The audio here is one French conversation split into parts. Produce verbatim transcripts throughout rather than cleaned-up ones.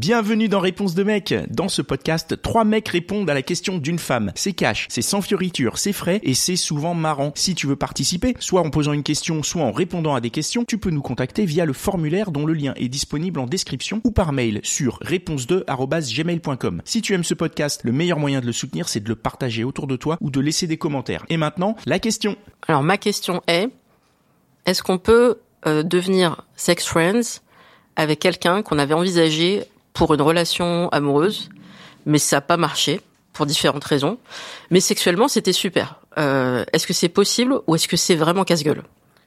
Bienvenue dans Réponse de mec. Dans ce podcast, trois mecs répondent à la question d'une femme. C'est cash, c'est sans fioriture, c'est frais et c'est souvent marrant. Si tu veux participer, soit en posant une question, soit en répondant à des questions, tu peux nous contacter via le formulaire dont le lien est disponible en description ou par mail sur réponse deux arobase gmail point com. Si tu aimes ce podcast, le meilleur moyen de le soutenir, c'est de le partager autour de toi ou de laisser des commentaires. Et maintenant, la question. Alors ma question est, est-ce qu'on peut euh, devenir sex friends avec quelqu'un qu'on avait envisagé pour une relation amoureuse, mais ça n'a pas marché pour différentes raisons. Mais sexuellement, c'était super. Euh, est-ce que c'est possible ou est-ce que c'est vraiment casse-gueule?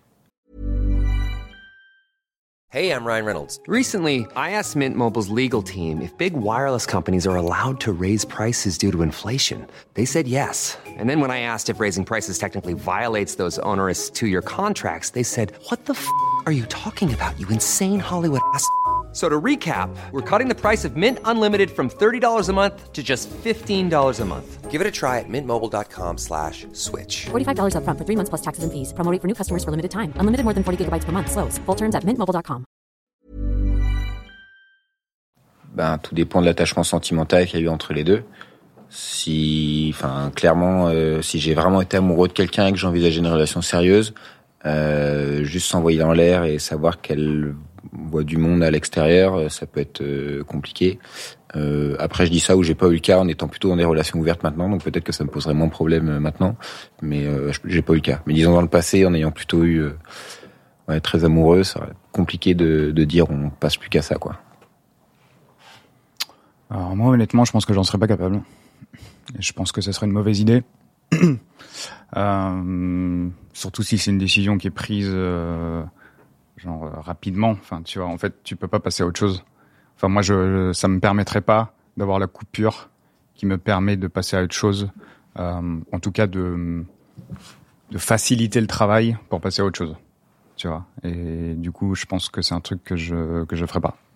Hey, I'm Ryan Reynolds. Recently, I asked Mint Mobile's legal team if big wireless companies are allowed to raise prices due to inflation. They said yes. And then when I asked if raising prices technically violates those onerous two-year contracts, they said, what the f*** are you talking about, you insane Hollywood ass f- So to recap, we're cutting the price of Mint Unlimited from thirty dollars a month to just fifteen dollars a month. Give it a try at mintmobile.com slash switch. forty-five dollars up front for three months plus taxes and fees. Promo rate for new customers for limited time. Unlimited more than forty gigabytes per month. Slows full terms at mint mobile dot com. Ben, tout dépend de l'attachement sentimental qu'il y a eu entre les deux. Si, enfin, clairement, euh, si j'ai vraiment été amoureux de quelqu'un et que j'envisageais une relation sérieuse, euh, juste s'envoyer dans l'air et savoir qu'elle voit du monde à l'extérieur, ça peut être euh, compliqué. Euh, après, je dis ça où j'ai pas eu le cas en étant plutôt dans des relations ouvertes maintenant, donc peut-être que ça me poserait moins de problèmes euh, maintenant, mais euh, j'ai pas eu le cas. Mais disons dans le passé, en ayant plutôt eu euh, ouais, très amoureux, ça serait compliqué de, de dire on passe plus qu'à ça, quoi. Alors moi, honnêtement, je pense que j'en serais pas capable. Et je pense que ce serait une mauvaise idée. euh, surtout si c'est une décision qui est prise euh, genre euh, rapidement. Enfin, tu vois, en fait, tu peux pas passer à autre chose. Enfin, moi, je, ça me permettrait pas d'avoir la coupure qui me permet de passer à autre chose. Euh, en tout cas, de de faciliter le travail pour passer à autre chose. Tu vois. Et du coup, je pense que c'est un truc que je que je ferais pas.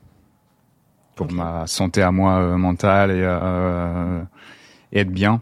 Pour okay. Ma santé à moi euh, mentale et, euh, et être bien.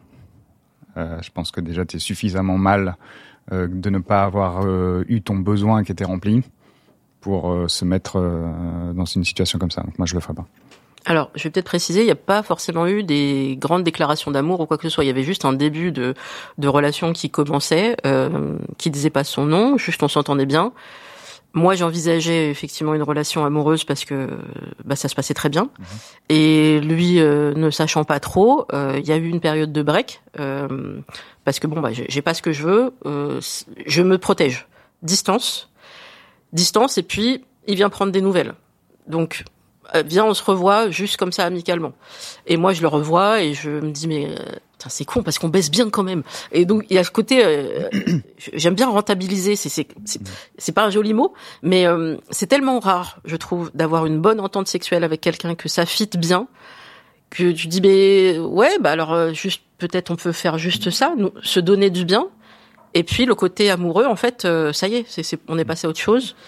Euh, je pense que déjà t'es suffisamment mal euh, de ne pas avoir euh, eu ton besoin qui était rempli pour euh, se mettre euh, dans une situation comme ça. Donc moi je le ferai pas. Alors, je vais peut-être préciser, il n'y a pas forcément eu des grandes déclarations d'amour ou quoi que ce soit. Il y avait juste un début de, de relation qui commençait, euh, qui disait pas son nom, juste on s'entendait bien. Moi, j'envisageais effectivement une relation amoureuse parce que bah, ça se passait très bien. Mmh. Et lui, euh, ne sachant pas trop, il euh, y a eu une période de break euh, parce que bon, bah, j'ai, j'ai pas ce que je veux. Euh, je me protège, distance, distance. Et puis, il vient prendre des nouvelles. Donc, euh, viens, on se revoit juste comme ça amicalement. Et moi, je le revois et je me dis mais. Euh, Putain, c'est con parce qu'on baisse bien quand même. Et donc il y a ce côté, euh, j'aime bien rentabiliser. C'est c'est c'est, c'est pas un joli mot, mais euh, c'est tellement rare, je trouve, d'avoir une bonne entente sexuelle avec quelqu'un que ça fit bien, que tu dis mais ouais, bah alors euh, juste peut-être on peut faire juste ça, nous, se donner du bien. Et puis le côté amoureux, en fait, euh, ça y est, c'est, c'est on est passé à autre chose.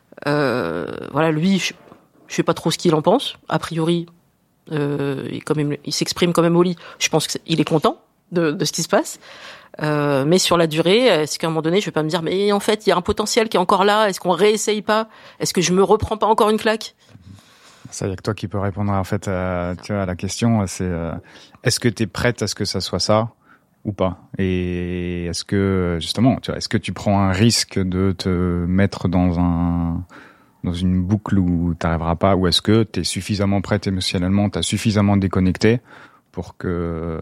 Euh, voilà, lui, je, je sais pas trop ce qu'il en pense. A priori. Euh, il, quand même, il s'exprime quand même au lit. Je pense qu'il est content de, de ce qui se passe. Euh, mais sur la durée, est-ce qu'à un moment donné, je vais pas me dire, mais en fait, il y a un potentiel qui est encore là. Est-ce qu'on réessaye pas? Est-ce que je me reprends pas encore une claque? Ça, il y a que toi qui peux répondre en fait à, tu vois, à la question. C'est euh, est-ce que tu es prête à ce que ça soit ça ou pas? Et est-ce que justement, tu vois, est-ce que tu prends un risque de te mettre dans un dans une boucle où t'arriveras pas, ou est-ce que t'es suffisamment prête émotionnellement, t'as suffisamment déconnecté pour que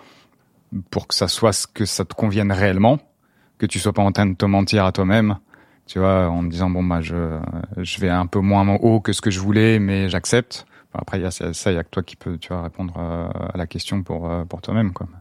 pour que ça soit ce que ça te convienne réellement, que tu sois pas en train de te mentir à toi-même, tu vois, en me disant bon bah je je vais un peu moins haut que ce que je voulais, mais j'accepte. Enfin, après il y a ça, il y a que toi qui peux, tu vois, répondre à la question pour pour toi-même, quoi.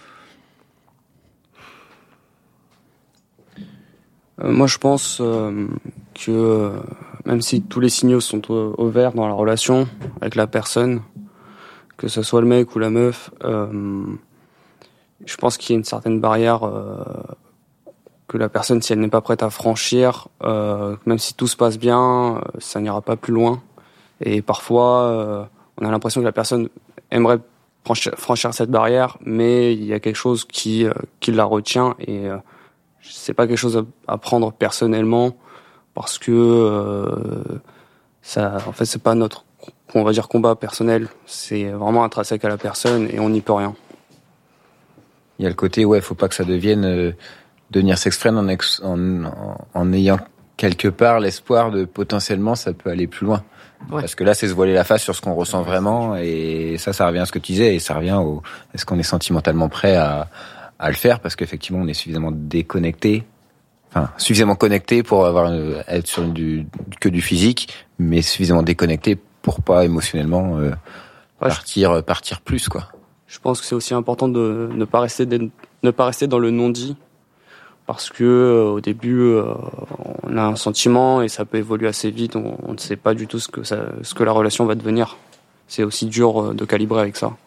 Euh, moi, je pense euh, que euh, même si tous les signaux sont au, au vert dans la relation avec la personne, que ce soit le mec ou la meuf, euh, je pense qu'il y a une certaine barrière euh, que la personne, si elle n'est pas prête à franchir, euh, même si tout se passe bien, euh, ça n'ira pas plus loin. Et parfois, euh, on a l'impression que la personne aimerait franchir, franchir cette barrière, mais il y a quelque chose qui, euh, qui la retient et euh, c'est pas quelque chose à prendre personnellement parce que euh, ça, en fait, c'est pas notre on va dire combat personnel, c'est vraiment intrinsèque à la personne et on n'y peut rien. Il y a le côté, ouais, faut pas que ça devienne euh, devenir sex friend en, ex, en, en, en ayant quelque part l'espoir de potentiellement ça peut aller plus loin. Ouais. Parce que là, c'est se voiler la face sur ce qu'on ressent vraiment, et ça, ça revient à ce que tu disais, et ça revient au est-ce qu'on est sentimentalement prêt à, à le faire, parce qu'effectivement, on est suffisamment déconnecté, enfin suffisamment connecté pour avoir une, être sur du que du physique, mais suffisamment déconnecté pour pas émotionnellement euh, ouais, partir je... partir plus quoi. Je pense que c'est aussi important de ne pas rester de, ne pas rester dans le non-dit. Parce que euh, au début, euh, on a un sentiment et ça peut évoluer assez vite. On, on ne sait pas du tout ce que ça, ce que la relation va devenir. C'est aussi dur euh, de calibrer avec ça.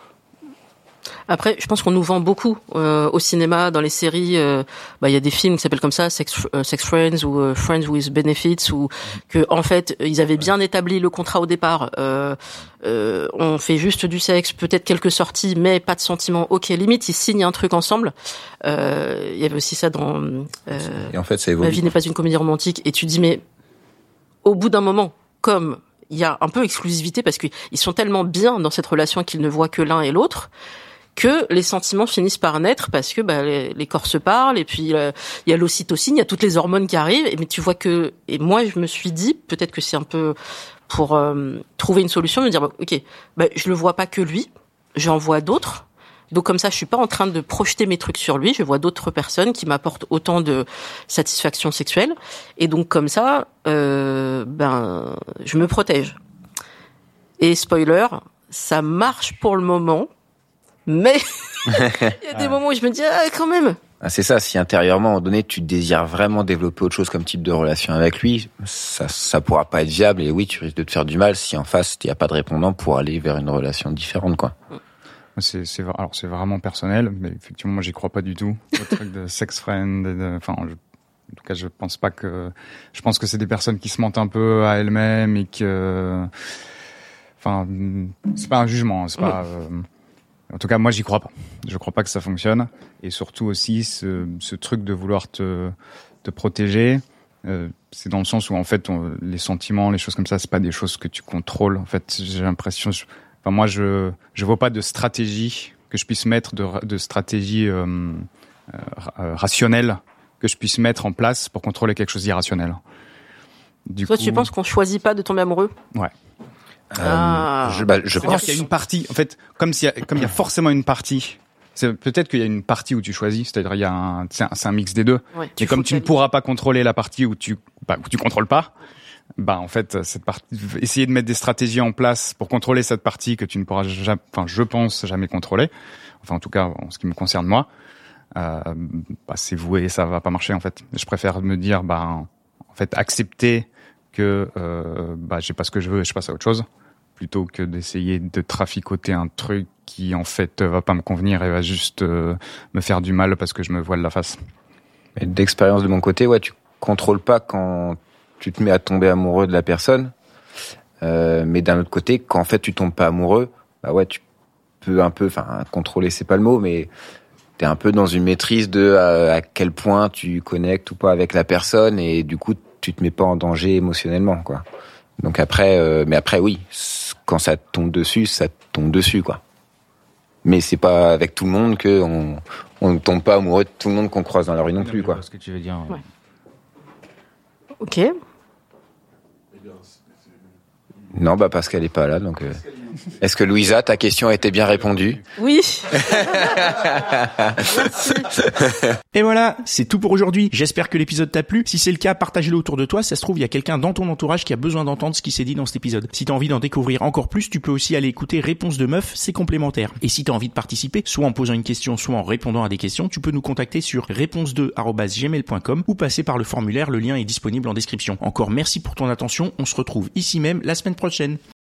Après, je pense qu'on nous vend beaucoup euh, au cinéma, dans les séries. Euh, bah, il y a des films qui s'appellent comme ça, Sex, euh, Sex Friends ou euh, Friends with Benefits, ou que en fait ils avaient bien établi le contrat au départ. Euh, euh, on fait juste du sexe, peut-être quelques sorties, mais pas de sentiments. Ok, limite ils signent un truc ensemble. Euh, il y avait aussi ça dans. Euh, Et en fait, ça évolue. Ma vie n'est pas une comédie romantique. Et tu dis mais au bout d'un moment, comme il y a un peu exclusivité parce qu'ils sont tellement bien dans cette relation qu'ils ne voient que l'un et l'autre, que les sentiments finissent par naître parce que bah, les, les corps se parlent et puis il euh, y a l'ocytocine, il y a toutes les hormones qui arrivent. Et, mais tu vois que et moi je me suis dit peut-être que c'est un peu pour euh, trouver une solution, me dire bah, ok, bah, je le vois pas que lui, j'en vois d'autres. Donc comme ça, je suis pas en train de projeter mes trucs sur lui. Je vois d'autres personnes qui m'apportent autant de satisfaction sexuelle. Et donc comme ça, euh, ben je me protège. Et spoiler, ça marche pour le moment. Mais il y a des moments où je me dis ah, quand même. Ah, c'est ça, si intérieurement, à un moment donné, tu désires vraiment développer autre chose comme type de relation avec lui, ça ça pourra pas être viable, et oui, tu risques de te faire du mal si en face, il n'y a pas de répondant pour aller vers une relation différente, quoi. C'est, c'est, alors c'est vraiment personnel, mais effectivement, moi, j'y crois pas du tout. Au truc de sex friend, de, enfin, je, en tout cas, je pense pas que, je pense que c'est des personnes qui se mentent un peu à elles-mêmes et que, enfin, c'est pas un jugement, c'est pas, euh, en tout cas, moi, j'y crois pas. Je crois pas que ça fonctionne. Et surtout aussi, ce, ce truc de vouloir te, te protéger, euh, c'est dans le sens où, en fait, on, les sentiments, les choses comme ça, c'est pas des choses que tu contrôles. En fait, j'ai l'impression, je, enfin, moi, je, je vois pas de stratégie que je puisse mettre, de, de stratégie euh, euh, rationnelle que je puisse mettre en place pour contrôler quelque chose d'irrationnel. Du Toi, coup, tu penses qu'on choisit pas de tomber amoureux ? Ouais. Ah. Euh, je, bah, je pense qu'il y a une partie, en fait, comme s'il y a, comme il y a forcément une partie, c'est peut-être qu'il y a une partie où tu choisis, c'est-à-dire il y a un, c'est un, c'est un mix des deux. Ouais, mais comme tu ne pourras pas contrôler la partie où tu, bah, où tu contrôles pas, bah en fait cette partie, essayer de mettre des stratégies en place pour contrôler cette partie que tu ne pourras jamais, enfin je pense jamais contrôler, enfin en tout cas en ce qui me concerne moi, euh, bah c'est voué, ça va pas marcher en fait. Je préfère me dire bah en fait accepter que euh, bah j'ai pas ce que je veux et je passe à autre chose, plutôt que d'essayer de traficoter un truc qui en fait va pas me convenir et va juste euh, me faire du mal parce que je me voile la face. Mais d'expérience de mon côté, ouais, tu contrôles pas quand tu te mets à tomber amoureux de la personne, euh, mais d'un autre côté, quand en fait tu tombes pas amoureux, bah ouais, tu peux un peu, enfin contrôler c'est pas le mot, mais t'es un peu dans une maîtrise de à, à quel point tu connectes ou pas avec la personne, et du coup tu te mets pas en danger émotionnellement, quoi. Donc après, euh, mais après oui, quand ça te tombe dessus, ça te tombe dessus, quoi. Mais c'est pas avec tout le monde que on on ne tombe pas amoureux de tout le monde qu'on croise dans la rue non plus, quoi. Ce que tu veux dire. Ouais. Ok. Non, bah parce qu'elle est pas là, donc. Euh... Est-ce que Louisa, ta question a été bien répondue ? Oui. Et voilà, c'est tout pour aujourd'hui. J'espère que l'épisode t'a plu. Si c'est le cas, partage-le autour de toi. Ça se trouve, il y a quelqu'un dans ton entourage qui a besoin d'entendre ce qui s'est dit dans cet épisode. Si t'as envie d'en découvrir encore plus, tu peux aussi aller écouter Réponse de Meuf, c'est complémentaire. Et si t'as envie de participer, soit en posant une question, soit en répondant à des questions, tu peux nous contacter sur réponse deux arobase gmail point com ou passer par le formulaire. Le lien est disponible en description. Encore merci pour ton attention. On se retrouve ici même la semaine prochaine.